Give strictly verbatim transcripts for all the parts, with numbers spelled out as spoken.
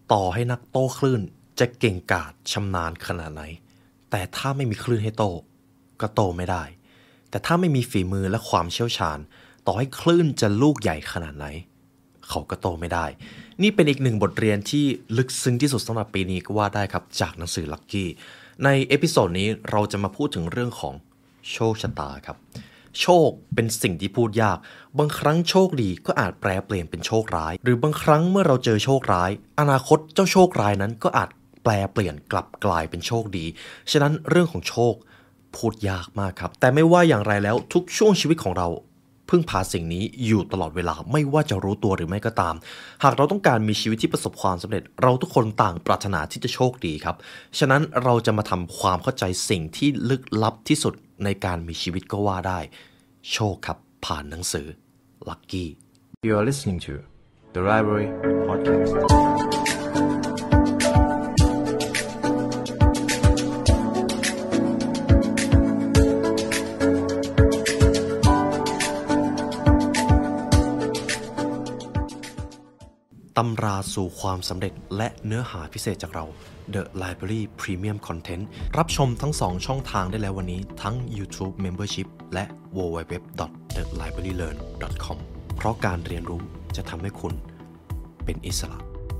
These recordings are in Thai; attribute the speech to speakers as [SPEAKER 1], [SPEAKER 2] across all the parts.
[SPEAKER 1] ต่อให้นักโต้คลื่นจะเก่งกาจชำนาญขนาดไหนแต่ถ้าไม่มีคลื่นให้โต้ก็โต้ไม่ได้แต่ถ้าไม่มีฝีมือและความเชี่ยวชาญต่อให้คลื่นจะลูกใหญ่ขนาดไหนเขาก็โตไม่ได้นี่เป็นอีกหนึ่งบทเรียนที่ลึกซึ้งที่สุดสำหรับปีนี้ก็ว่าได้ครับจากหนังสือลัคกี้ในเอพิโซดนี้เราจะมาพูดถึงเรื่องของโชคชะตาครับโชคเป็นสิ่งที่พูดยากบางครั้งโชคดีก็อาจแปลเปลี่ยนเป็นโชคร้ายหรือบางครั้งเมื่อเราเจอโชคร้ายอนาคตเจ้าโชคร้ายนั้นก็อาจแปลเปลี่ยนกลับกลายเป็นโชคดีฉะนั้นเรื่องของโชคพูดยากมากครับแต่ไม่ว่าอย่างไรแล้วทุกช่วงชีวิตของเราพึ่งพาสิ่งนี้อยู่ตลอดเวลาไม่ว่าจะรู้ตัวหรือไม่ก็ตามหากเราต้องการมีชีวิตที่ประสบความสำเร็จเราทุกคนต่างปรารถนาที่จะโชคดีครับฉะนั้นเราจะมาทำความเข้าใจสิ่งที่ลึกลับที่สุดในการมีชีวิตก็ว่าได้โชคครับผ่านหนังสือ Lucky
[SPEAKER 2] You are listening to The Library Podcast
[SPEAKER 1] ตำราสู่ความสำเร็จและเนื้อหาพิเศษจากเรา The Library Premium Content รับชมทั้งสองช่องทางได้แล้ววันนี้ทั้ง YouTube Membership และ ดับเบิลยู ดับเบิลยู ดับเบิลยู ดอท เดอะ ไลบรารี เลิร์น ดอท คอม เพราะการเรียนรู้จะทำให้คุณเป็นอิสระ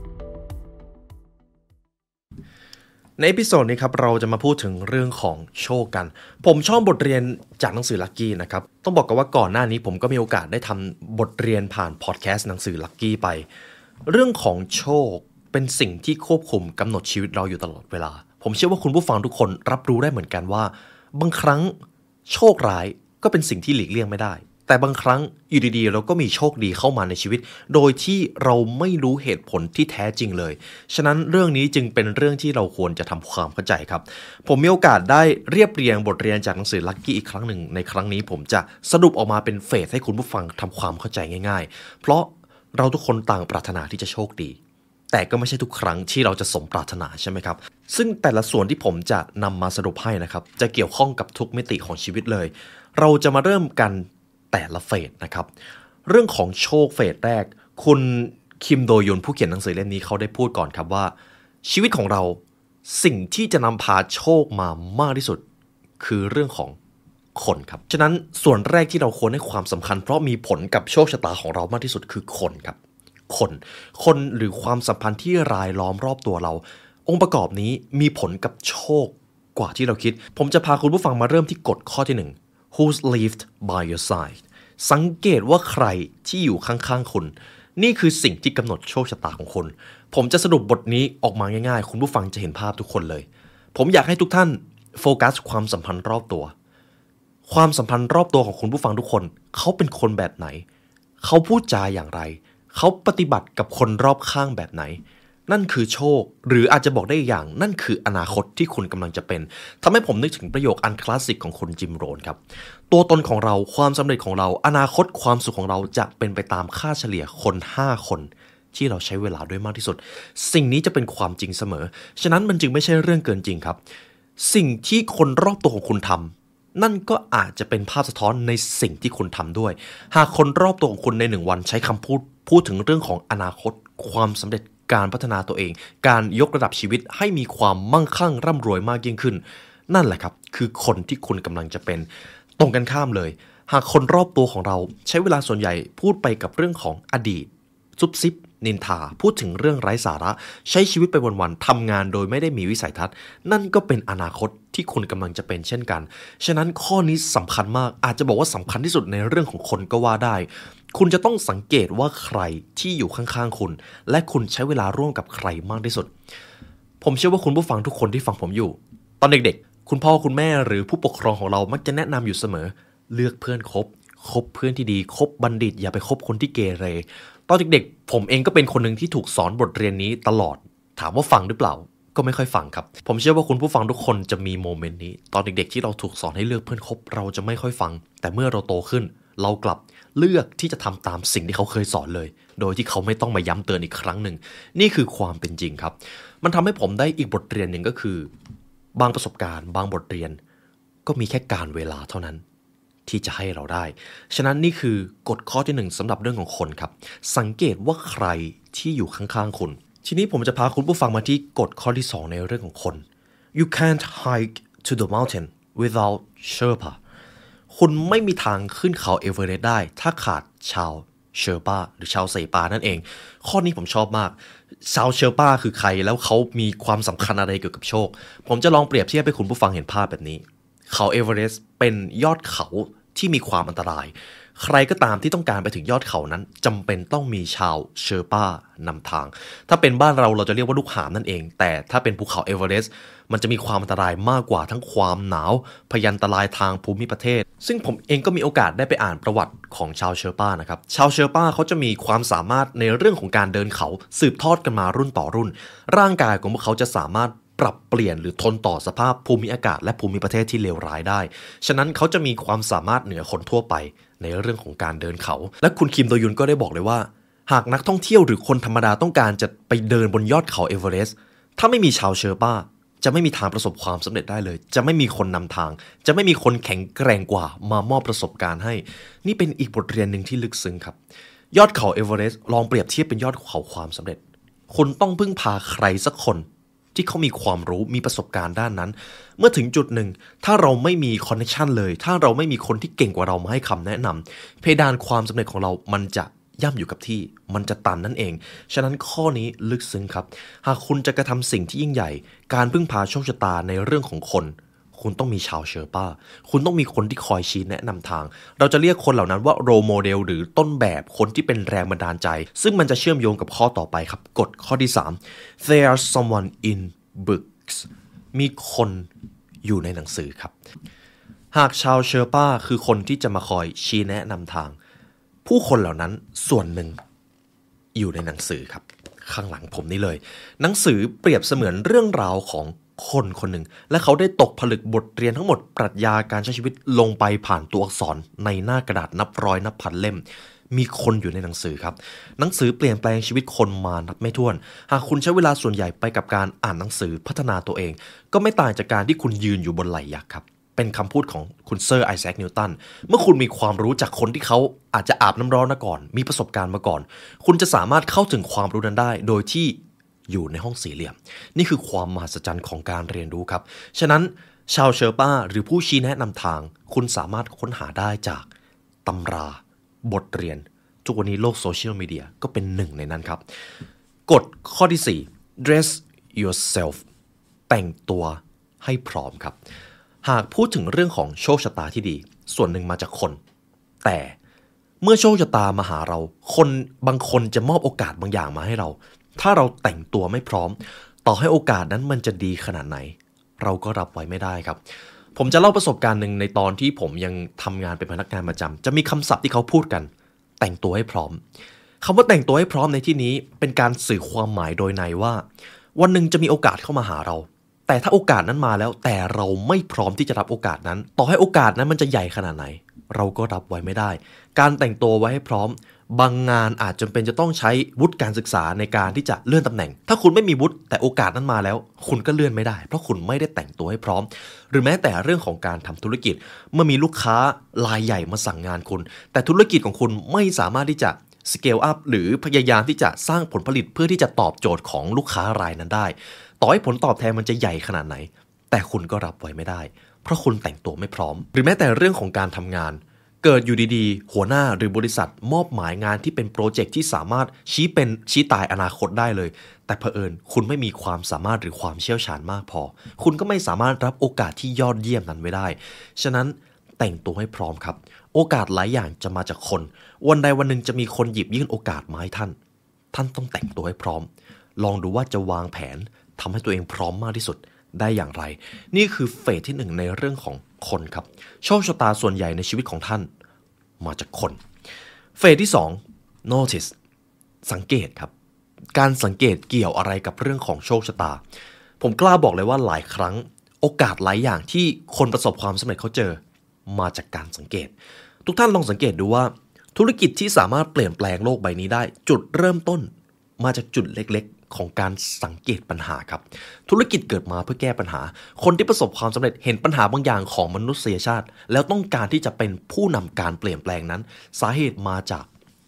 [SPEAKER 1] ในเอพิโซดนี้ครับเราจะมาพูดถึงเรื่องของโชคกันผมชอบบทเรียนจากหนังสือ Lucky นะครับต้องบอกกันว่าก่อนหน้านี้ผมก็มีโอกาสได้ทำบทเรียนผ่านพอดแคสต์หนังสือ Lucky ไปเรื่องของโชคเป็นสิ่งที่ควบคุมกำหนดชีวิตเราอยู่ตลอดเวลาผมเชื่อว่าคุณผู้ฟังทุกคนรับรู้ได้เหมือนกันว่าบางครั้งโชคร้ายก็เป็นสิ่งที่หลีกเลี่ยงไม่ได้แต่บางครั้งอยู่ดีๆเราก็มีโชคดีเข้ามาในชีวิตโดยที่เราไม่รู้เหตุผลที่แท้จริงเลยฉะนั้นเรื่องนี้จึงเป็นเรื่องที่เราควรจะทำความเข้าใจครับผมมีโอกาสได้เรียบเรียงบทเรียนจากหนังสือ Lucky อีกครั้งหนึ่งในครั้งนี้ผมจะสรุปออกมาเป็นเฟสให้คุณผู้ฟังทำความเข้าใจง่ายๆเพราะเราทุกคนต่างปรารถนาที่จะโชคดีแต่ก็ไม่ใช่ทุกครั้งที่เราจะสมปรารถนาใช่ไหมครับซึ่งแต่ละส่วนที่ผมจะนำมาสรุปให้นะครับจะเกี่ยวข้องกับทุกมิติของชีวิตเลยเราจะมาเริ่มกันแต่ละเฟสนะครับเรื่องของโชคเฟสแรกคุณคิมโดยุนผู้เขียนหนังสือเล่มนี้เขาได้พูดก่อนครับว่าชีวิตของเราสิ่งที่จะนำพาโชคมามากที่สุดคือเรื่องของคนครับฉะนั้นส่วนแรกที่เราควรให้ความสำคัญเพราะมีผลกับโชคชะตาของเรามากที่สุดคือคนครับคนคนหรือความสัมพันธ์ที่รายล้อมรอบตัวเราองค์ประกอบนี้มีผลกับโชคกว่าที่เราคิดผมจะพาคุณผู้ฟังมาเริ่มที่กฎข้อที่หนึ่ง Who's lived by your side สังเกตว่าใครที่อยู่ข้างๆคุณนี่คือสิ่งที่กำหนดโชคชะตาของคุณผมจะสรุปบทนี้ออกมาง่ายๆคุณผู้ฟังจะเห็นภาพทุกคนเลยผมอยากให้ทุกท่านโฟกัสความสัมพันธ์รอบตัวความสัมพันธ์รอบตัวของคุณผู้ฟังทุกคนเขาเป็นคนแบบไหนเขาพูดจาอย่างไรเขาปฏิบัติกับคนรอบข้างแบบไหนนั่นคือโชคหรืออาจจะบอกได้อีกอย่างนั่นคืออนาคตที่คุณกำลังจะเป็นทำให้ผมนึกถึงประโยคอันคลาสสิกของคุณจิมโรนครับตัวตนของเราความสำเร็จของเราอนาคตความสุขของเราจะเป็นไปตามค่าเฉลี่ยคนห้าคนที่เราใช้เวลาด้วยมากที่สุดสิ่งนี้จะเป็นความจริงเสมอฉะนั้นมันจึงไม่ใช่เรื่องเกินจริงครับสิ่งที่คนรอบตัวของคุณทำนั่นก็อาจจะเป็นภาพสะท้อนในสิ่งที่คุณทำด้วยหากคนรอบตัวของคุณในหนึ่งวันใช้คำพูดพูดถึงเรื่องของอนาคตความสำเร็จการพัฒนาตัวเองการยกระดับชีวิตให้มีความมั่งคั่งร่ำรวยมากยิ่งขึ้นนั่นแหละครับคือคนที่คุณกำลังจะเป็นตรงกันข้ามเลยหากคนรอบตัวของเราใช้เวลาส่วนใหญ่พูดไปกับเรื่องของอดีตซุบซิบนินทาพูดถึงเรื่องไร้สาระใช้ชีวิตไปวันๆทำงานโดยไม่ได้มีวิสัยทัศน์นั่นก็เป็นอนาคตที่คุณกำลังจะเป็นเช่นกันฉะนั้นข้อนี้สำคัญมากอาจจะบอกว่าสำคัญที่สุดในเรื่องของคนก็ว่าได้คุณจะต้องสังเกตว่าใครที่อยู่ข้างๆคุณและคุณใช้เวลาร่วมกับใครมากที่สุดผมเชื่อว่าคุณผู้ฟังทุกคนที่ฟังผมอยู่ตอนเด็กๆคุณพ่อคุณแม่หรือผู้ปกครองของเรามักจะแนะนำอยู่เสมอเลือกเพื่อนคบคบเพื่อนที่ดีคบบัณฑิตอย่าไปคบคนที่เกเรตอนเด็กๆผมเองก็เป็นคนหนึ่งที่ถูกสอนบทเรียนนี้ตลอดถามว่าฟังหรือเปล่าก็ไม่ค่อยฟังครับผมเชื่อว่าคุณผู้ฟังทุกคนจะมีโมเมนต์นี้ตอนเด็กๆที่เราถูกสอนให้เลือกเพื่อนคบเราจะไม่ค่อยฟังแต่เมื่อเราโตขึ้นเรากลับเลือกที่จะทำตามสิ่งที่เขาเคยสอนเลยโดยที่เขาไม่ต้องมาย้ำเตือนอีกครั้งหนึ่งนี่คือความเป็นจริงครับมันทำให้ผมได้อีกบทเรียนหนึ่งก็คือบางประสบการณ์บางบทเรียนก็มีแค่การเวลาเท่านั้นที่จะให้เราได้ฉะนั้นนี่คือกฎข้อที่หนึ่งสำหรับเรื่องของคนครับสังเกตว่าใครที่อยู่ข้างๆคุณทีนี้ผมจะพาคุณผู้ฟังมาที่กฎข้อที่สองในเรื่องของคน you can't hike to the mountain without Sherpa คุณไม่มีทางขึ้นเขาเอเวอเรสต์ได้ถ้าขาดชาวเชอร์ปาหรือชาวเซปานั่นเองข้อนี้ผมชอบมากชาวเชอร์ปาคือใครแล้วเขามีความสำคัญอะไรเกี่ยวกับโชคผมจะลองเปรียบเทียบให้คุณผู้ฟังเห็นภาพแบบนี้เขาเอเวอเรสต์เป็นยอดเขาที่มีความอันตรายใครก็ตามที่ต้องการไปถึงยอดเขานั้นจำเป็นต้องมีชาวเชอร์ปานำทางถ้าเป็นบ้านเราเราจะเรียกว่าลูกหาบนั่นเองแต่ถ้าเป็นภูเขาเอเวอเรสต์มันจะมีความอันตรายมากกว่าทั้งความหนาวพยันตรายทางภูมิประเทศซึ่งผมเองก็มีโอกาสได้ไปอ่านประวัติของชาวเชอร์ปานะครับชาวเชอร์ปาเขาจะมีความสามารถในเรื่องของการเดินเขาสืบทอดกันมารุ่นต่อรุ่นร่างกายของพวกเขาจะสามารถปรับเปลี่ยนหรือทนต่อสภาพภูมิอากาศและภูมิประเทศที่เลวร้ายได้ฉะนั้นเขาจะมีความสามารถเหนือคนทั่วไปในเรื่องของการเดินเขาและคุณคิมโดยุนก็ได้บอกเลยว่าหากนักท่องเที่ยวหรือคนธรรมดาต้องการจะไปเดินบนยอดเขาเอเวอเรสต์ถ้าไม่มีชาวเชอร์ปาจะไม่มีทางประสบความสำเร็จได้เลยจะไม่มีคนนำทางจะไม่มีคนแข็งแกร่งกว่ามามอบประสบการณ์ให้นี่เป็นอีกบทเรียนหนึ่งที่ลึกซึ้งครับยอดเขาเอเวอเรสต์ลองเปรียบเทียบเป็นยอดเขาความสำเร็จคุณต้องพึ่งพาใครสักคนที่เขามีความรู้มีประสบการณ์ด้านนั้นเมื่อถึงจุดหนึ่งถ้าเราไม่มีคอนเนคชันเลยถ้าเราไม่มีคนที่เก่งกว่าเรามาให้คำแนะนำเพดานความสำเร็จของเรามันจะย่ำอยู่กับที่มันจะตันนั่นเองฉะนั้นข้อนี้ลึกซึ้งครับหากคุณจะกระทำสิ่งที่ยิ่งใหญ่การพึ่งพาโชคชะตาในเรื่องของคนคุณต้องมีชาวเชอร์ปาคุณต้องมีคนที่คอยชี้แนะนำทางเราจะเรียกคนเหล่านั้นว่าโรโมเดลหรือต้นแบบคนที่เป็นแรงบันดาลใจซึ่งมันจะเชื่อมโยงกับข้อต่อไปครับกฎข้อที่สาม there's someone in books มีคนอยู่ในหนังสือครับหากชาวเชอร์ปาคือคนที่จะมาคอยชี้แนะนำทางผู้คนเหล่านั้นส่วนหนึ่งอยู่ในหนังสือครับข้างหลังผมนี่เลยหนังสือเปรียบเสมือนเรื่องราวของคนคนหนึ่งและเขาได้ตกผลึกบทเรียนทั้งหมดปรัชญาการใช้ชีวิตลงไปผ่านตัวอักษรในหน้ากระดาษนับร้อยนับพันเล่มมีคนอยู่ในหนังสือครับหนังสือเปลี่ยนแปลงชีวิตคนมานับไม่ถ้วนหากคุณใช้เวลาส่วนใหญ่ไปกับการอ่านหนังสือพัฒนาตัวเองก็ไม่ต่างจากการที่คุณยืนอยู่บนไหล่ยักษ์ครับเป็นคำพูดของคุณเซอร์ไอแซคนิวตันเมื่อคุณมีความรู้จากคนที่เขาอาจจะอาบน้ำร้อนมาก่อนมีประสบการณ์มาก่อนคุณจะสามารถเข้าถึงความรู้นั้นได้โดยที่อยู่ในห้องสี่เหลี่ยมนี่คือความมหัศจรรย์ของการเรียนรู้ครับฉะนั้นชาวเชอร์ปาหรือผู้ชี้แนะนำทางคุณสามารถค้นหาได้จากตำราบทเรียนทุกวันนี้โลกโซเชียลมีเดียก็เป็นหนึ่งในนั้นครับกฎข้อที่สี่ dress yourself แต่งตัวให้พร้อมครับหากพูดถึงเรื่องของโชคชะตาที่ดีส่วนหนึ่งมาจากคนแต่เมื่อโชคชะตามาหาเราคนบางคนจะมอบโอกาสบางอย่างมาให้เราถ้าเราแต่งตัวไม่พร้อมต่อให้โอกาสนั้นมันจะดีขนาดไหนเราก็รับไว้ไม่ได้ครับผมจะเล่าประสบการณ์หนึ่งในตอนที่ผมยังทำงานเป็นพนักงานประจำจะมีคำศัพท์ที่เขาพูดกันแต่งตัวให้พร้อมคำว่าแต่งตัวให้พร้อมในที่นี้เป็นการสื่อความหมายโดยในว่าวันหนึ่งจะมีโอกาสเข้ามาหาเราแต่ถ้าโอกาสนั้นมาแล้วแต่เราไม่พร้อมที่จะรับโอกาสนั้นต่อให้โอกาสนั้นมันจะใหญ่ขนาดไหนเราก็รับไว้ไม่ได้การแต่งตัวไว้ให้พร้อมบางงานอาจจำเป็นจะต้องใช้วุฒิการศึกษาในการที่จะเลื่อนตำแหน่งถ้าคุณไม่มีวุฒิแต่โอกาสนั้นมาแล้วคุณก็เลื่อนไม่ได้เพราะคุณไม่ได้แต่งตัวให้พร้อมหรือแม้แต่เรื่องของการทำธุรกิจเมื่อมีลูกค้ารายใหญ่มาสั่งงานคุณแต่ธุรกิจของคุณไม่สามารถที่จะสเกลอัพหรือพยายามที่จะสร้างผลผลิตเพื่อที่จะตอบโจทย์ของลูกค้ารายนั้นได้ต่อให้ผลตอบแทนมันจะใหญ่ขนาดไหนแต่คุณก็รับไว้ไม่ได้เพราะคุณแต่งตัวไม่พร้อมหรือแม้แต่เรื่องของการทำงานเกิดอยู่ดีๆหัวหน้าหรือบริษัทมอบหมายงานที่เป็นโปรเจกต์ที่สามารถชี้เป็นชี้ตายอนาคตได้เลยแต่เผอิญคุณไม่มีความสามารถหรือความเชี่ยวชาญมากพอคุณก็ไม่สามารถรับโอกาสที่ยอดเยี่ยมนั้นไว้ได้ฉะนั้นแต่งตัวให้พร้อมครับโอกาสหลายอย่างจะมาจากคนวันใดวันหนึ่งจะมีคนหยิบยื่นโอกาสมาให้ท่านท่านต้องแต่งตัวให้พร้อมลองดูว่าจะวางแผนทำให้ตัวเองพร้อมมากที่สุดได้อย่างไรนี่คือเฟสที่หนึ่งในเรื่องของคนครับโชคชะตาส่วนใหญ่ในชีวิตของท่านมาจากคนเฟสที่สอง notice สังเกตครับการสังเกตเกี่ยวอะไรกับเรื่องของโชคชะตาผมกล้าบอกเลยว่าหลายครั้งโอกาสหลายอย่างที่คนประสบความสำเร็จเขาเจอมาจากการสังเกตทุกท่านลองสังเกตดูว่าธุรกิจที่สามารถเปลี่ยนแปลงโลกใบนี้ได้จุดเริ่มต้นมาจากจุดเล็กๆของการสังเกตปัญหาครับธุรกิจเกิดมาเพื่อแก้ปัญหาคนที่ประสบความสำเร็จเห็นปัญหาบางอย่างของมนุษยชาติแล้วต้องการที่จะเป็นผู้นำการเปลี่ยนแปลงนั้นสาเหตุมาจาก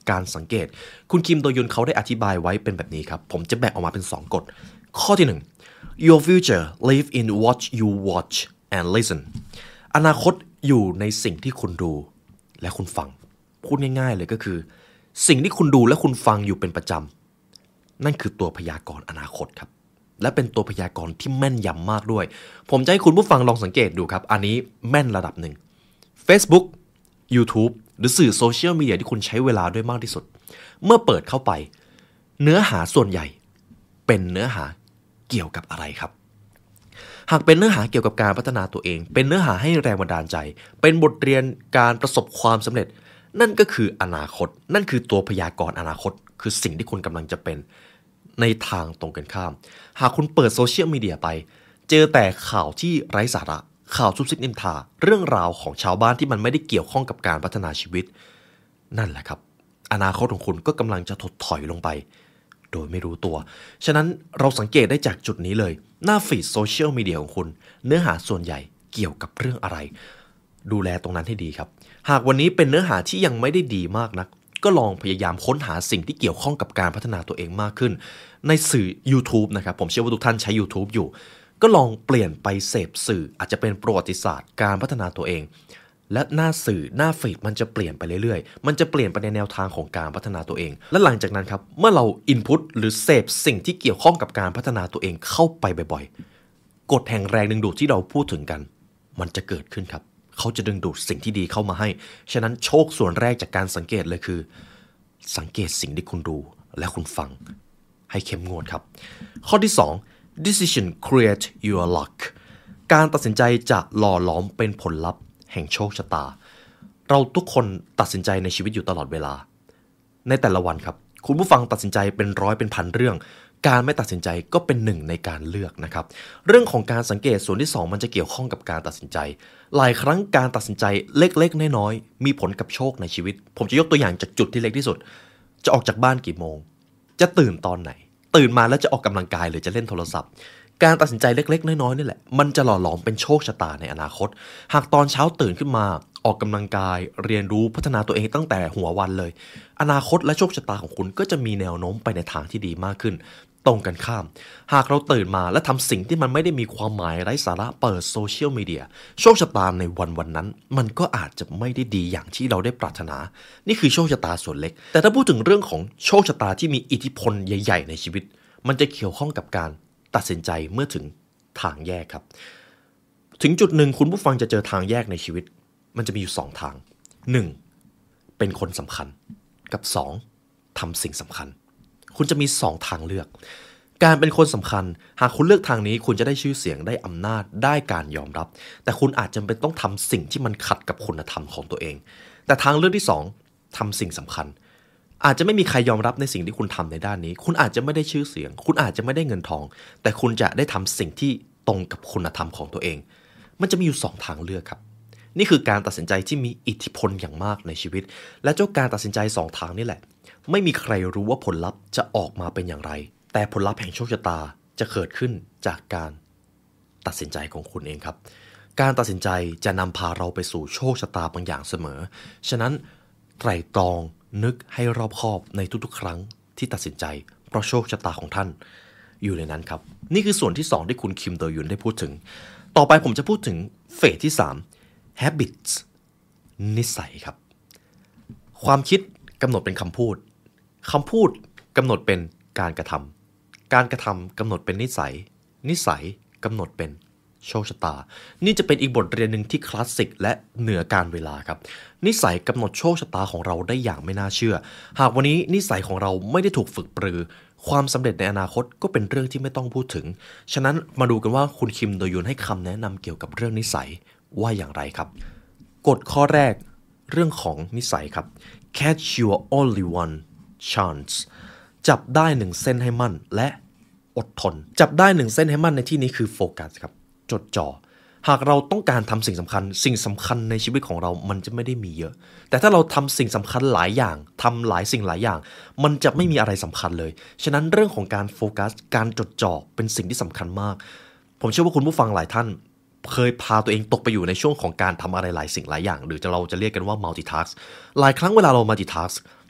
[SPEAKER 1] การสังเกตคุณคิมโดยุนเขาได้อธิบายไว้เป็นแบบนี้ครับผมจะแบ่งออกมาเป็นสองกฎข้อที่หนึ่ง Your future live in what you watch and listen อนาคตอยู่ในสิ่งที่คุณดูและคุณฟังพูดง่ายๆเลยก็คือสิ่งที่คุณดูและคุณฟังอยู่เป็นประจำนั่นคือตัวพยากรณ์อนาคตครับและเป็นตัวพยากรณ์ที่แม่นยำมากด้วยผมจะให้คุณผู้ฟังลองสังเกตดูครับอันนี้แม่นระดับหนึ่ง Facebook YouTube หรือสื่อโซเชียลมีเดียที่คุณใช้เวลาด้วยมากที่สุดเมื่อเปิดเข้าไปเนื้อหาส่วนใหญ่เป็นเนื้อหาเกี่ยวกับอะไรครับหากเป็นเนื้อหาเกี่ยวกับการพัฒนาตัวเองเป็นเนื้อหาให้แรงบันดาลใจเป็นบทเรียนการประสบความสำเร็จนั่นก็คืออนาคตนั่นคือตัวพยากรณ์อนาคตคือสิ่งที่คุณกำลังจะเป็นในทางตรงกันข้ามหากคุณเปิดโซเชียลมีเดียไปเจอแต่ข่าวที่ไร้สาระข่าวซุบซิบนินทาเรื่องราวของชาวบ้านที่มันไม่ได้เกี่ยวข้องกับการพัฒนาชีวิตนั่นแหละครับอนาคตของคุณก็กำลังจะถดถอยลงไปโดยไม่รู้ตัวฉะนั้นเราสังเกตได้จากจุดนี้เลยหน้าฟีดโซเชียลมีเดียของคุณเนื้อหาส่วนใหญ่เกี่ยวกับเรื่องอะไรดูแลตรงนั้นให้ดีครับหากวันนี้เป็นเนื้อหาที่ยังไม่ได้ดีมากนักก็ลองพยายามค้นหาสิ่งที่เกี่ยวข้องกับการพัฒนาตัวเองมากขึ้นในสื่อ YouTube นะครับผมเชื่อว่าทุกท่านใช้ YouTube อยู่ก็ลองเปลี่ยนไปเสพสื่ออาจจะเป็นประวัติศาสตร์การพัฒนาตัวเองและหน้าสื่อหน้าฟีดมันจะเปลี่ยนไปเรื่อยๆมันจะเปลี่ยนไปในแนวทางของการพัฒนาตัวเองและหลังจากนั้นครับเมื่อเราอินพุตหรือเสพสิ่งที่เกี่ยวข้องกับการพัฒนาตัวเองเข้าไปบ่อยๆกฎแห่งแรงดึงดูดที่เราพูดถึงกันมันจะเกิดขึ้นครับเขาจะดึงดูดสิ่งที่ดีเข้ามาให้ฉะนั้นโชคส่วนแรกจากการสังเกตเลยคือสังเกตสิ่งที่คุณดูและคุณฟังให้เข้มงวดครับข้อที่สอง decision create your luck การตัดสินใจจะหล่อหลอมเป็นผลลัพธ์แห่งโชคชะตาเราทุกคนตัดสินใจในชีวิตอยู่ตลอดเวลาในแต่ละวันครับคุณผู้ฟังตัดสินใจเป็นร้อยเป็นพันเรื่องการไม่ตัดสินใจก็เป็นหนึ่งในการเลือกนะครับเรื่องของการสังเกตส่วนที่สองมันจะเกี่ยวข้องกับการตัดสินใจหลายครั้งการตัดสินใจเล็กๆน้อยๆมีผลกับโชคในชีวิตผมจะยกตัวอย่างจากจุดที่เล็กที่สุดจะออกจากบ้านกี่โมงจะตื่นตอนไหนตื่นมาแล้วจะออกกำลังกายหรือจะเล่นโทรศัพท์การตัดสินใจเล็กๆน้อยๆนี่แหละมันจะหล่อหลอมเป็นโชคชะตาในอนาคตหากตอนเช้าตื่นขึ้นมาออกกำลังกายเรียนรู้พัฒนาตัวเองตั้งแต่หัววันเลยอนาคตและโชคชะตาของคุณก็จะมีแนวโน้มไปในทางที่ดีมากขึ้นตรงกันข้ามหากเราตื่นมาและทำสิ่งที่มันไม่ได้มีความหมายไร้สาระเปิดโซเชียลมีเดียโชคชะตาในวันวันนั้นมันก็อาจจะไม่ได้ดีอย่างที่เราได้ปรารถนานี่คือโชคชะตาส่วนเล็กแต่ถ้าพูดถึงเรื่องของโชคชะตาที่มีอิทธิพลใหญ่ๆในชีวิตมันจะเกี่ยวข้องกับการตัดสินใจเมื่อถึงทางแยกครับถึงจุดหนึ่งคุณผู้ฟังจะเจอทางแยกในชีวิตมันจะมีอยู่สองทางหนึ่งเป็นคนสำคัญกับสองทำสิ่งสำคัญคุณจะมีสองทางเลือกการเป็นคนสำคัญหากคุณเลือกทางนี้คุณจะได้ชื่อเสียงได้อำนาจได้การยอมรับแต่คุณอาจจะเป็นต้องทำสิ่งที่มันขัดกับคุณธรรมของตัวเองแต่ทางเลือกที่สองทำสิ่งสำคัญอาจจะไม่มีใครยอมรับในสิ่งที่คุณทำในด้านนี้คุณอาจจะไม่ได้ชื่อเสียงคุณอาจจะไม่ได้เงินทองแต่คุณจะได้ทำสิ่งที่ตรงกับคุณธรรมของตัวเองมันจะมีอยู่สองทางเลือกครับนี่คือการตัดสินใจที่มีอิทธิพลอย่างมากในชีวิตและเจ้าการตัดสินใจสองทางนี่แหละไม่มีใครรู้ว่าผลลัพธ์จะออกมาเป็นอย่างไรแต่ผลลัพธ์แห่งโชคชะตาจะเกิดขึ้นจากการตัดสินใจของคุณเองครับการตัดสินใจจะนำพาเราไปสู่โชคชะตาบางอย่างเสมอฉะนั้นไตร่ตรองนึกให้รอบคอบในทุกๆครั้งที่ตัดสินใจเพราะโชคชะตาของท่านอยู่ในนั้นครับนี่คือส่วนที่สองที่คุณคิมโดยุนได้พูดถึงต่อไปผมจะพูดถึงเฟสที่สาม habits นิสัยครับความคิดกำหนดเป็นคำพูดคำพูดกำหนดเป็นการกระทำการกระทำกำหนดเป็นนิสัยนิสัยกำหนดเป็นโชคชะตานี่จะเป็นอีกบทเรียนหนึ่งที่คลาสสิกและเหนือการเวลาครับนิสัยกำหนดโชคชะตาของเราได้อย่างไม่น่าเชื่อหากวันนี้นิสัยของเราไม่ได้ถูกฝึกปรือความสำเร็จในอนาคตก็เป็นเรื่องที่ไม่ต้องพูดถึงฉะนั้นมาดูกันว่าคุณคิมโดยุนให้คำแนะนำเกี่ยวกับเรื่องนิสัยว่าอย่างไรครับกฎข้อแรกเรื่องของนิสัยครับ catch your only one chance จับได้หนึ่งเส้นให้มั่นและอดทนจับได้หนึ่งเส้นให้มั่นในที่นี้คือโฟกัสครับจดจ่อหากเราต้องการทำสิ่งสำคัญสิ่งสำคัญในชีวิตของเรามันจะไม่ได้มีเยอะแต่ถ้าเราทำสิ่งสำคัญหลายอย่างทำหลายสิ่งหลายอย่างมันจะไม่มีอะไรสำคัญเลยฉะนั้นเรื่องของการโฟกัสการจดจ่อเป็นสิ่งที่สำคัญมากผมเชื่อว่าคุณผู้ฟังหลายท่านเคยพาตัวเองตกไปอยู่ในช่วงของการทำอะไรหลายสิ่งหลายอย่างหรือเราจะเรียกกันว่า multitask หลายครั้งเวลาเรา multitask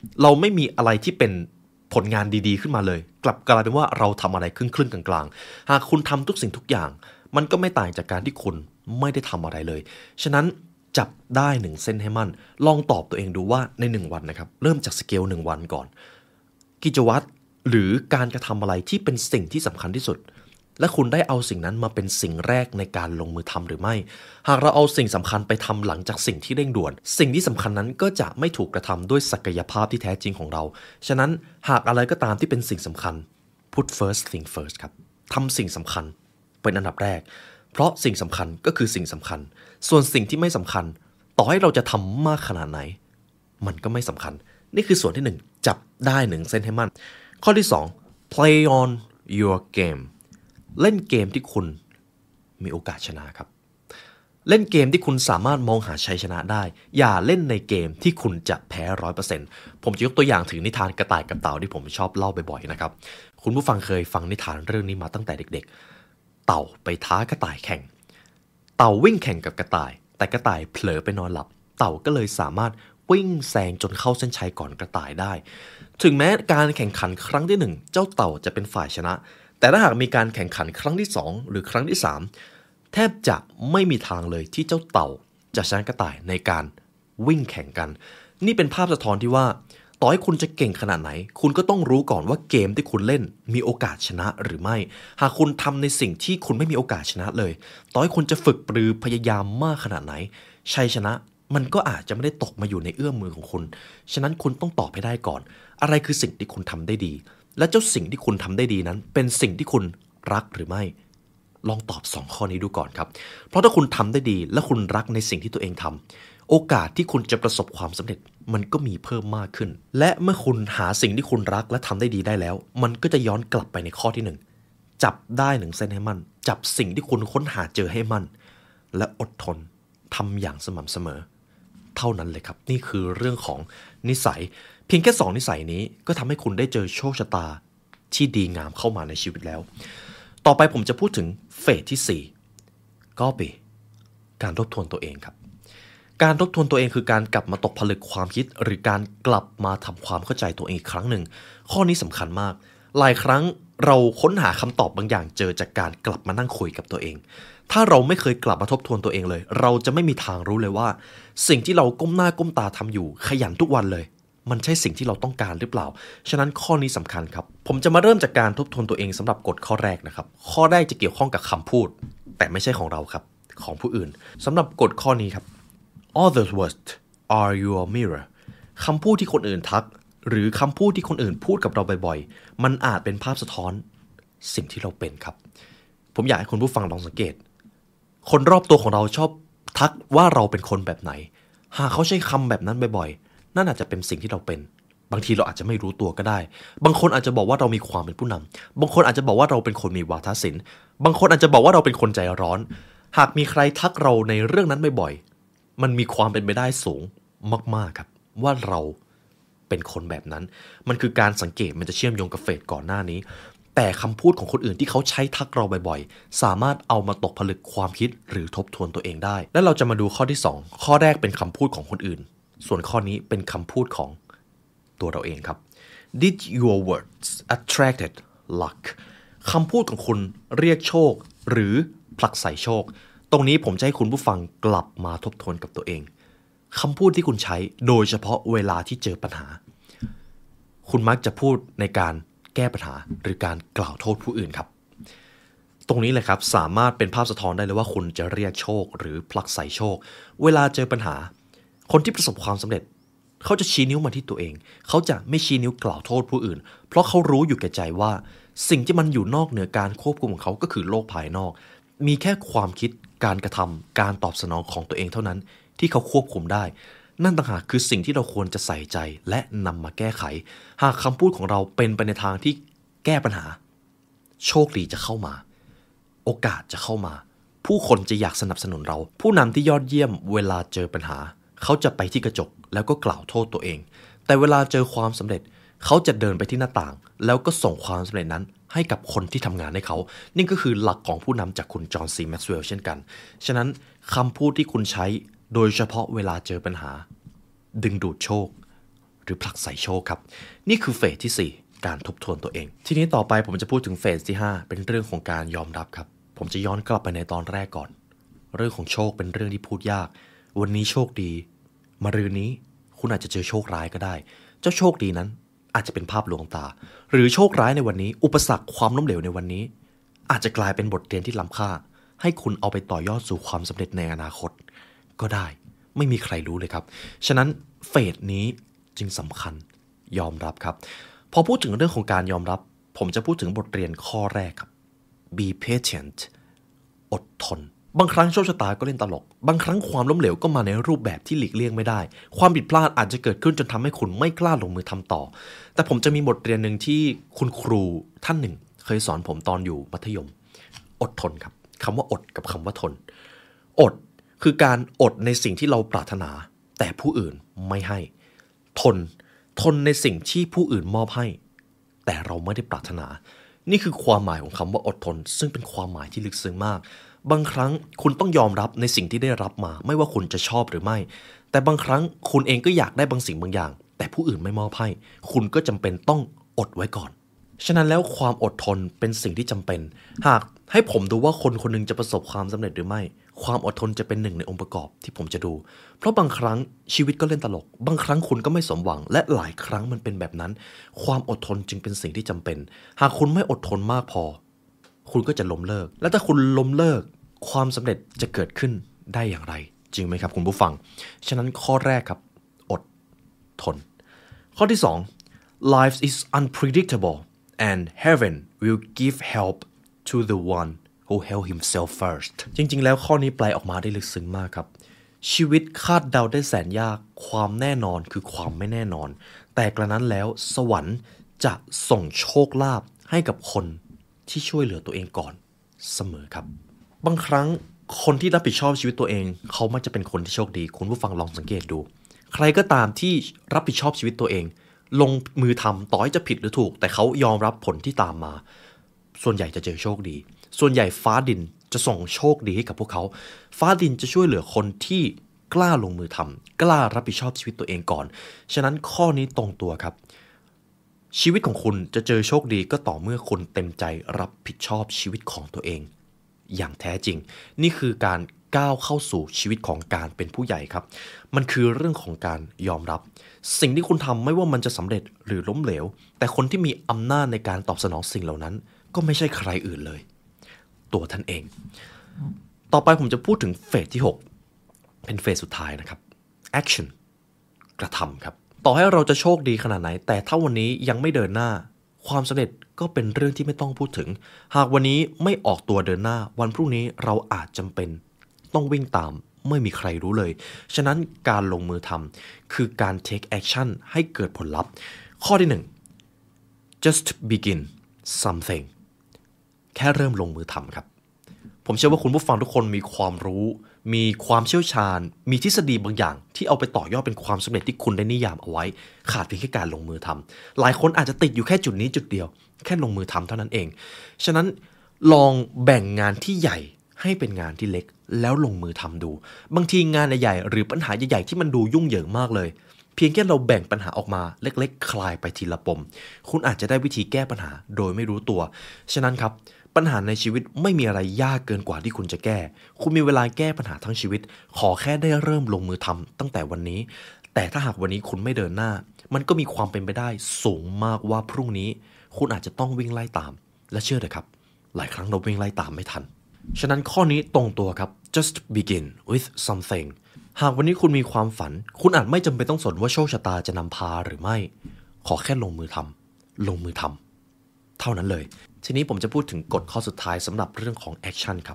[SPEAKER 1] เราไม่มีอะไรที่เป็นผลงานดีๆขึ้นมาเลยกลับกลายเป็นว่าเราทำอะไรครึ่งๆกลางๆหากคุณทำทุกสิ่งทุกอย่างมันก็ไม่ต่างจากการที่คุณไม่ได้ทำอะไรเลยฉะนั้นจับได้หนึ่งเส้นให้มั่นลองตอบตัวเองดูว่าในหนึ่งวันนะครับเริ่มจากสเกลหนึ่งวันก่อนกิจวัตรหรือการกระทำอะไรที่เป็นสิ่งที่สำคัญที่สุดและคุณได้เอาสิ่งนั้นมาเป็นสิ่งแรกในการลงมือทำหรือไม่หากเราเอาสิ่งสำคัญไปทำหลังจากสิ่งที่เร่งด่วนสิ่งที่สำคัญนั้นก็จะไม่ถูกกระทำด้วยศักยภาพที่แท้จริงของเราฉะนั้นหากอะไรก็ตามที่เป็นสิ่งสำคัญ put first thing first ครับทำสิ่งสำคัญเป็นอันดับแรกเพราะสิ่งสำคัญก็คือสิ่งสำคัญส่วนสิ่งที่ไม่สำคัญต่อให้เราจะทำมากขนาดไหนมันก็ไม่สำคัญนี่คือส่วนที่หนึ่งจับได้หนึ่งเส้นให้มั่นข้อที่สอง play on your gameเล่นเกมที่คุณมีโอกาสชนะครับเล่นเกมที่คุณสามารถมองหาชัยชนะได้อย่าเล่นในเกมที่คุณจะแพ้ ร้อยเปอร์เซ็นต์ ผมจะยกตัวอย่างถึงนิทานกระต่ายกับเต่าที่ผมชอบเล่าบ่อยๆนะครับคุณผู้ฟังเคยฟังนิทานเรื่องนี้มาตั้งแต่เด็กๆเต่าไปท้ากระต่ายแข่งเต่าวิ่งแข่งกับกระต่ายแต่กระต่ายเผลอไปนอนหลับเต่าก็เลยสามารถวิ่งแซงจนเข้าเส้นชัยก่อนกระต่ายได้ถึงแม้การแข่งขันครั้งที่หนึ่งเจ้าเต่าจะเป็นฝ่ายชนะแต่ถ้าหากมีการแข่งขันครั้งที่สองหรือครั้งที่สามแทบจะไม่มีทางเลยที่เจ้าเต่าจะชนะกระต่ายในการวิ่งแข่งกันนี่เป็นภาพสะท้อนที่ว่าต่อให้คุณจะเก่งขนาดไหนคุณก็ต้องรู้ก่อนว่าเกมที่คุณเล่นมีโอกาสชนะหรือไม่หากคุณทำในสิ่งที่คุณไม่มีโอกาสชนะเลยต่อให้คุณจะฝึกปรือพยายามมากขนาดไหนชัยชนะมันก็อาจจะไม่ได้ตกมาอยู่ในเอื้อมมือของคุณฉะนั้นคุณต้องตอบให้ได้ก่อนอะไรคือสิ่งที่คุณทำได้ดีและเจ้าสิ่งที่คุณทำได้ดีนั้นเป็นสิ่งที่คุณรักหรือไม่ลองตอบสองข้อนี้ดูก่อนครับเพราะถ้าคุณทำได้ดีและคุณรักในสิ่งที่ตัวเองทำโอกาสที่คุณจะประสบความสำเร็จมันก็มีเพิ่มมากขึ้นและเมื่อคุณหาสิ่งที่คุณรักและทำได้ดีได้แล้วมันก็จะย้อนกลับไปในข้อที่หนึ่งจับได้หนึ่งเส้นให้มั่นจับสิ่งที่คุณค้นหาเจอให้มั่นและอดทนทำอย่างสม่ำเสมอเท่านั้นเลยครับนี่คือเรื่องของนิสัยเพียงแค่สองนิสัยนี้ก็ทำให้คุณได้เจอโชคชะตาที่ดีงามเข้ามาในชีวิตแล้วต่อไปผมจะพูดถึงเฟสที่สี่ก็เป็นการทบทวนตัวเองครับการทบทวนตัวเองคือการกลับมาตกผลึกความคิดหรือการกลับมาทำความเข้าใจตัวเองอีกครั้งหนึ่งข้อนี้สำคัญมากหลายครั้งเราค้นหาคำตอบบางอย่างเจอจากการกลับมานั่งคุยกับตัวเองถ้าเราไม่เคยกลับมาทบทวนตัวเองเลยเราจะไม่มีทางรู้เลยว่าสิ่งที่เราก้มหน้าก้มตาทำอยู่ขยันทุกวันเลยมันใช่สิ่งที่เราต้องการหรือเปล่าฉะนั้นข้อนี้สำคัญครับผมจะมาเริ่มจากการทบทวนตัวเองสำหรับกฎข้อแรกนะครับข้อแรกจะเกี่ยวข้องกับคำพูดแต่ไม่ใช่ของเราครับของผู้อื่นสำหรับกฎข้อนี้ครับ all the words are your mirror คำพูดที่คนอื่นทักหรือคำพูดที่คนอื่นพูดกับเราบ่อยๆมันอาจเป็นภาพสะท้อนสิ่งที่เราเป็นครับผมอยากให้คุณผู้ฟังลองสังเกตคนรอบตัวของเราชอบทักว่าเราเป็นคนแบบไหนหากเขาใช้คำแบบนั้นบ่อยๆนั่นอาจจะเป็นสิ่งที่เราเป็นบางทีเราอาจจะไม่รู้ตัวก็ได้บางคนอาจจะบอกว่าเรามีความเป็นผู้นำบางคนอาจจะบอกว่าเราเป็นคนมีวาทศิลป์บางคนอาจจะบอกว่าเราเป็นคนใจร้อนหากมีใครทักเราในเรื่องนั้นบ่อยๆมันมีความเป็นไปได้สูงมากๆครับว่าเราเป็นคนแบบนั้นมันคือการสังเกตมันจะเชื่อมโยงกับเฟสก่อนหน้านี้แต่คำพูดของคนอื่นที่เขาใช้ทักเราบ่อยๆสามารถเอามาตกผลึกความคิดหรือทบทวนตัวเองได้และเราจะมาดูข้อที่สองข้อแรกเป็นคำพูดของคนอื่นส่วนข้อนี้เป็นคำพูดของตัวเราเองครับ Did your words attracted luck คำพูดของคุณเรียกโชคหรือผลักไสโชคตรงนี้ผมจะให้คุณผู้ฟังกลับมาทบทวนกับตัวเองคำพูดที่คุณใช้โดยเฉพาะเวลาที่เจอปัญหาคุณมักจะพูดในการแก้ปัญหาหรือการกล่าวโทษผู้อื่นครับตรงนี้เลยครับสามารถเป็นภาพสะท้อนได้เลยว่าคุณจะเรียกโชคหรือผลักไสโชคเวลาเจอปัญหาคนที่ประสบความสำเร็จเขาจะชี้นิ้วมาที่ตัวเองเขาจะไม่ชี้นิ้วกล่าวโทษผู้อื่นเพราะเขารู้อยู่แก่ใจว่าสิ่งที่มันอยู่นอกเหนือการควบคุมของเขาก็คือโลกภายนอกมีแค่ความคิดการกระทำการตอบสนองของตัวเองเท่านั้นที่เขาควบคุมได้นั่นต่างหากคือสิ่งที่เราควรจะใส่ใจและนำมาแก้ไขหากคำพูดของเราเป็นไปในทางที่แก้ปัญหาโชคดีจะเข้ามาโอกาสจะเข้ามาผู้คนจะอยากสนับสนุนเราผู้นำที่ยอดเยี่ยมเวลาเจอปัญหาเขาจะไปที่กระจกแล้วก็กล่าวโทษตัวเองแต่เวลาเจอความสำเร็จเขาจะเดินไปที่หน้าต่างแล้วก็ส่งความสำเร็จนั้นให้กับคนที่ทำงานให้เขานี่ก็คือหลักของผู้นำจากคุณจอห์นซีแม็กซ์เวลล์เช่นกันฉะนั้นคำพูดที่คุณใช้โดยเฉพาะเวลาเจอปัญหาดึงดูดโชคหรือผลักใส่โชคครับนี่คือเฟสที่สี่การทบทวนตัวเองทีนี้ต่อไปผมจะพูดถึงเฟสที่ห้าเป็นเรื่องของการยอมรับครับผมจะย้อนกลับไปในตอนแรกก่อนเรื่องของโชคเป็นเรื่องที่พูดยากวันนี้โชคดีมะรืนนี้คุณอาจจะเจอโชคร้ายก็ได้เจ้าโชคดีนั้นอาจจะเป็นภาพลวงตาหรือโชคร้ายในวันนี้อุปสรรคความล้มเหลวในวันนี้อาจจะกลายเป็นบทเรียนที่ล้ำค่าให้คุณเอาไปต่อยอดสู่ความสำเร็จในอนาคตก็ได้ไม่มีใครรู้เลยครับฉะนั้นเฟสนี้จึงสำคัญยอมรับครับพอพูดถึงเรื่องของการยอมรับผมจะพูดถึงบทเรียนข้อแรกครับ be patient อดทนบางครั้งโชคชะตาก็เล่นตลกบางครั้งความล้มเหลวก็มาในรูปแบบที่หลีกเลี่ยงไม่ได้ความผิดพลาดอาจจะเกิดขึ้นจนทำให้คุณไม่กล้าลงมือทำต่อแต่ผมจะมีบทเรียนหนึ่งที่คุณครูท่านหนึ่งเคยสอนผมตอนอยู่มัธยมอดทนครับคำว่าอดกับคำว่าทนอดคือการอดในสิ่งที่เราปรารถนาแต่ผู้อื่นไม่ให้ทนทนในสิ่งที่ผู้อื่นมอบให้แต่เราไม่ได้ปรารถนานี่คือความหมายของคำว่าอดทนซึ่งเป็นความหมายที่ลึกซึ้งมากบางครั้งคุณต้องยอมรับในสิ่งที่ได้รับมาไม่ว่าคุณจะชอบหรือไม่แต่บางครั้งคุณเองก็อยากได้บางสิ่งบางอย่างแต่ผู้อื่นไม่มอบให้คุณก็จำเป็นต้องอดไว้ก่อนฉะนั้นแล้วความอดทนเป็นสิ่งที่จำเป็นหากให้ผมดูว่าคนคนนึงจะประสบความสำเร็จหรือไม่ความอดทนจะเป็นหนึ่งในองค์ประกอบที่ผมจะดูเพราะบางครั้งชีวิตก็เล่นตลกบางครั้งคุณก็ไม่สมหวังและหลายครั้งมันเป็นแบบนั้นความอดทนจึงเป็นสิ่งที่จำเป็นหากคุณไม่อดทนมากพอคุณก็จะล้มเลิกและถ้าคุณล้มเลิกความสำเร็จจะเกิดขึ้นได้อย่างไรจริงไหมครับคุณผู้ฟังฉะนั้นข้อแรกครับอดทนข้อที่สอง life is unpredictable and heaven will give help to the one who held himself first จริงๆแล้วข้อนี้แปลออกมาได้ลึกซึ้งมากครับชีวิตคาดเดาได้แสนยากความแน่นอนคือความไม่แน่นอนแต่กระนั้นแล้วสวรรค์จะส่งโชคลาภให้กับคนที่ช่วยเหลือตัวเองก่อนเสมอครับบางครั้งคนที่รับผิดชอบชีวิตตัวเองเขามักจะเป็นคนที่โชคดีคุณผู้ฟังลองสังเกตดูใครก็ตามที่รับผิดชอบชีวิตตัวเองลงมือทำต่อให้จะผิดหรือถูกแต่เขายอมรับผลที่ตามมาส่วนใหญ่จะเจอโชคดีส่วนใหญ่ฟ้าดินจะส่งโชคดีให้กับพวกเขาฟ้าดินจะช่วยเหลือคนที่กล้าลงมือทำกล้ารับผิดชอบชีวิตตัวเองก่อนฉะนั้นข้อนี้ตรงตัวครับชีวิตของคุณจะเจอโชคดีก็ต่อเมื่อคุณเต็มใจรับผิดชอบชีวิตของตัวเองอย่างแท้จริงนี่คือการก้าวเข้าสู่ชีวิตของการเป็นผู้ใหญ่ครับมันคือเรื่องของการยอมรับสิ่งที่คุณทำไม่ว่ามันจะสำเร็จหรือล้มเหลวแต่คนที่มีอำนาจในการตอบสนองสิ่งเหล่านั้นก็ไม่ใช่ใครอื่นเลยตัวท่านเองต่อไปผมจะพูดถึงเฟสที่หกเป็นเฟสสุดท้ายนะครับ action กระทำครับต่อให้เราจะโชคดีขนาดไหนแต่ถ้าวันนี้ยังไม่เดินหน้าความสำเร็จก็เป็นเรื่องที่ไม่ต้องพูดถึงหากวันนี้ไม่ออกตัวเดินหน้าวันพรุ่งนี้เราอาจจำเป็นต้องวิ่งตามไม่มีใครรู้เลยฉะนั้นการลงมือทำคือการ take action ให้เกิดผลลัพธ์ข้อที่หนึ่ง just begin something แค่เริ่มลงมือทำครับผมเชื่อว่าคุณผู้ฟังทุกคนมีความรู้มีความเชี่ยวชาญมีทฤษฎีบางอย่างที่เอาไปต่อยอดเป็นความสำเร็จที่คุณได้นิยามเอาไว้ขาดเพียงแค่การลงมือทำหลายคนอาจจะติดอยู่แค่จุดนี้จุดเดียวแค่ลงมือทำเท่านั้นเองฉะนั้นลองแบ่งงานที่ใหญ่ให้เป็นงานที่เล็กแล้วลงมือทำดูบางทีงานใหญ่ๆหรือปัญหาใหญ่ๆที่มันดูยุ่งเหยิงมากเลยเพียงแค่เราแบ่งปัญหาออกมาเล็กๆคลายไปทีละปมคุณอาจจะได้วิธีแก้ปัญหาโดยไม่รู้ตัวฉะนั้นครับปัญหาในชีวิตไม่มีอะไรยากเกินกว่าที่คุณจะแก้คุณมีเวลาแก้ปัญหาทั้งชีวิตขอแค่ได้เริ่มลงมือทำตั้งแต่วันนี้แต่ถ้าหากวันนี้คุณไม่เดินหน้ามันก็มีความเป็นไปได้สูงมากว่าพรุ่งนี้คุณอาจจะต้องวิ่งไล่ตามและเชื่อเถอะครับหลายครั้งเราวิ่งไล่ตามไม่ทันฉะนั้นข้อนี้ตรงตัวครับ just begin with something หากวันนี้คุณมีความฝันคุณอาจไม่จำเป็นต้องสนว่าโชคชะตาจะนำพาหรือไม่ขอแค่ลงมือทำลงมือทำเท่านั้นเลยทีนี้ผมจะพูดถึงกฎข้อสุดท้ายสำหรับเรื่องของ action ครับ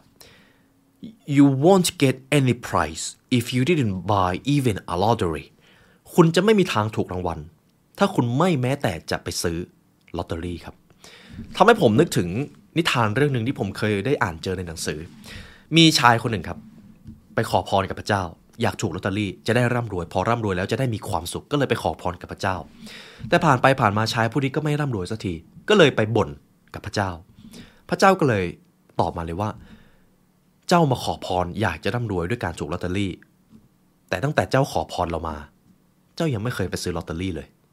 [SPEAKER 1] you won't get any prize if you didn't buy even a lottery คุณจะไม่มีทางถูกรางวัลถ้าคุณไม่แม้แต่จะไปซื้อลอตเตอรี่ครับทำให้ผมนึกถึงนิทานเรื่องหนึ่งที่ผมเคยได้อ่านเจอในหนังสือมีชายคนหนึ่งครับไปขอพรกับพระเจ้าอยากถูกลอตเตอรี่จะได้ร่ำรวยพอร่ำรวยแล้วจะได้มีความสุขก็เลยไปขอพรกับพระเจ้าแต่ผ่านไปผ่านมาชายผู้นี้ก็ไม่ร่ำรวยสักทีก็เลยไปบ่นกับพระเจ้าพระเจ้าก็เลยตอบมาเลยว่าเจ้ามาขอพรอยากจะร่ำรวยด้วยการถูกลอตเตอรี่แต่ตั้งแต่เจ้าขอพรเรามาเจ้ายังไม่เคยไปซื้อลอตเตอรี่เลย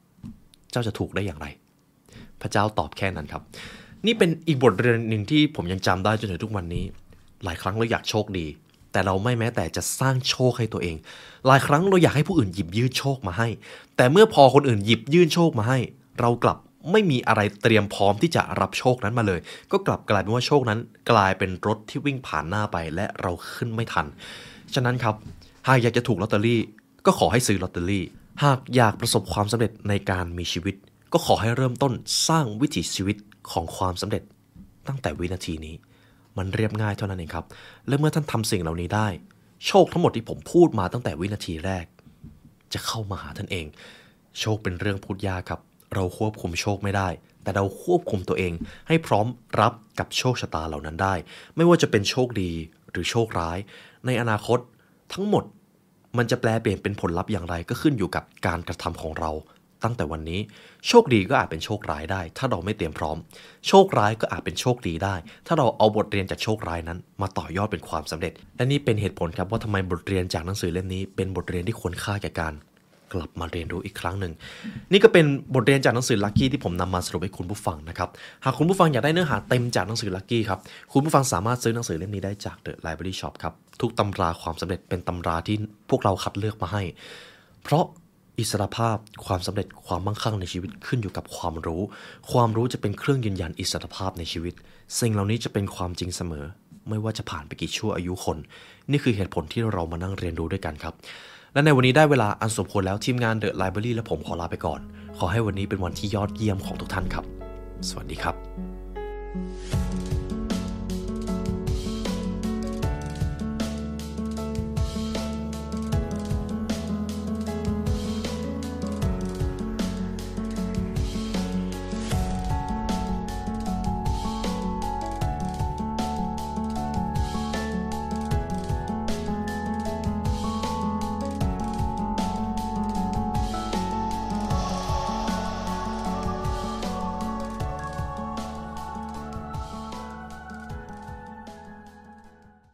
[SPEAKER 1] เจ้าจะถูกได้อย่างไรพระเจ้าตอบแค่นั้นครับนี่เป็นอีกบทเรียนหนึ่งที่ผมยังจำได้จนถึงทุกวันนี้หลายครั้งเราอยากโชคดีแต่เราไม่แม้แต่จะสร้างโชคให้ตัวเองหลายครั้งเราอยากให้ผู้อื่นหยิบยื่นโชคมาให้แต่เมื่อพอคนอื่นหยิบยื่นโชคมาให้เรากลับไม่มีอะไรเตรียมพร้อมที่จะรับโชคนั้นมาเลยก็กลับกลายเป็นว่าโชคนั้นกลายเป็นรถที่วิ่งผ่านหน้าไปและเราขึ้นไม่ทันฉะนั้นครับหากอยากจะถูกลอตเตอรี่ก็ขอให้ซื้อลอตเตอรี่หากอยากประสบความสำเร็จในการมีชีวิตก็ขอให้เริ่มต้นสร้างวิถีชีวิตของความสำเร็จตั้งแต่วินาทีนี้มันเรียบง่ายเท่านั้นเองครับและเมื่อท่านทำสิ่งเหล่านี้ได้โชคทั้งหมดที่ผมพูดมาตั้งแต่วินาทีแรกจะเข้ามาหาท่านเองโชคเป็นเรื่องพูดยากครับเราควบคุมโชคไม่ได้แต่เราควบคุมตัวเองให้พร้อมรับกับโชคชะตาเหล่านั้นได้ไม่ว่าจะเป็นโชคดีหรือโชคร้ายในอนาคตทั้งหมดมันจะแปลเปลี่ยนเป็นผลลัพธ์อย่างไรก็ขึ้นอยู่กับการกระทำของเราตั้งแต่วันนี้โชคดีก็อาจเป็นโชคร้ายได้ถ้าเราไม่เตรียมพร้อมโชคร้ายก็อาจเป็นโชคดีได้ถ้าเราเอาบทเรียนจากโชคร้ายนั้นมาต่อยอดเป็นความสำเร็จและนี่เป็นเหตุผลครับว่าทำไมบทเรียนจากหนังสือเล่มนี้เป็นบทเรียนที่ควรค่าแก่การกลับมาเรียนรู้อีกครั้งหนึ่งนี่ก็เป็นบทเรียนจากหนังสือ Lucky ที่ผมนำมาสรุปให้คุณผู้ฟังนะครับหากคุณผู้ฟังอยากได้เนื้อหาเต็มจากหนังสือ Lucky ครับคุณผู้ฟังสามารถซื้อหนังสือเล่มนี้ได้จาก The Library Shop ครับทุกตำราความสำเร็จเป็นตำราที่พวกเราคัดเลือกมาให้เพราะอิสรภาพความสำเร็จความมั่งคั่งในชีวิตขึ้นอยู่กับความรู้ความรู้จะเป็นเครื่องยืนยันอิสรภาพในชีวิตสิ่งเหล่านี้จะเป็นความจริงเสมอไม่ว่าจะผ่านไปกี่ชั่วอายุคนนี่คือเหตุผลที่เรามานั่งเรียนรู้ด้วยกันครับและในวันนี้ได้เวลาอันสมควรแล้วทีมงาน The Library และผมขอลาไปก่อนขอให้วันนี้เป็นวันที่ยอดเยี่ยมของทุกท่านครับสวัสดีครับ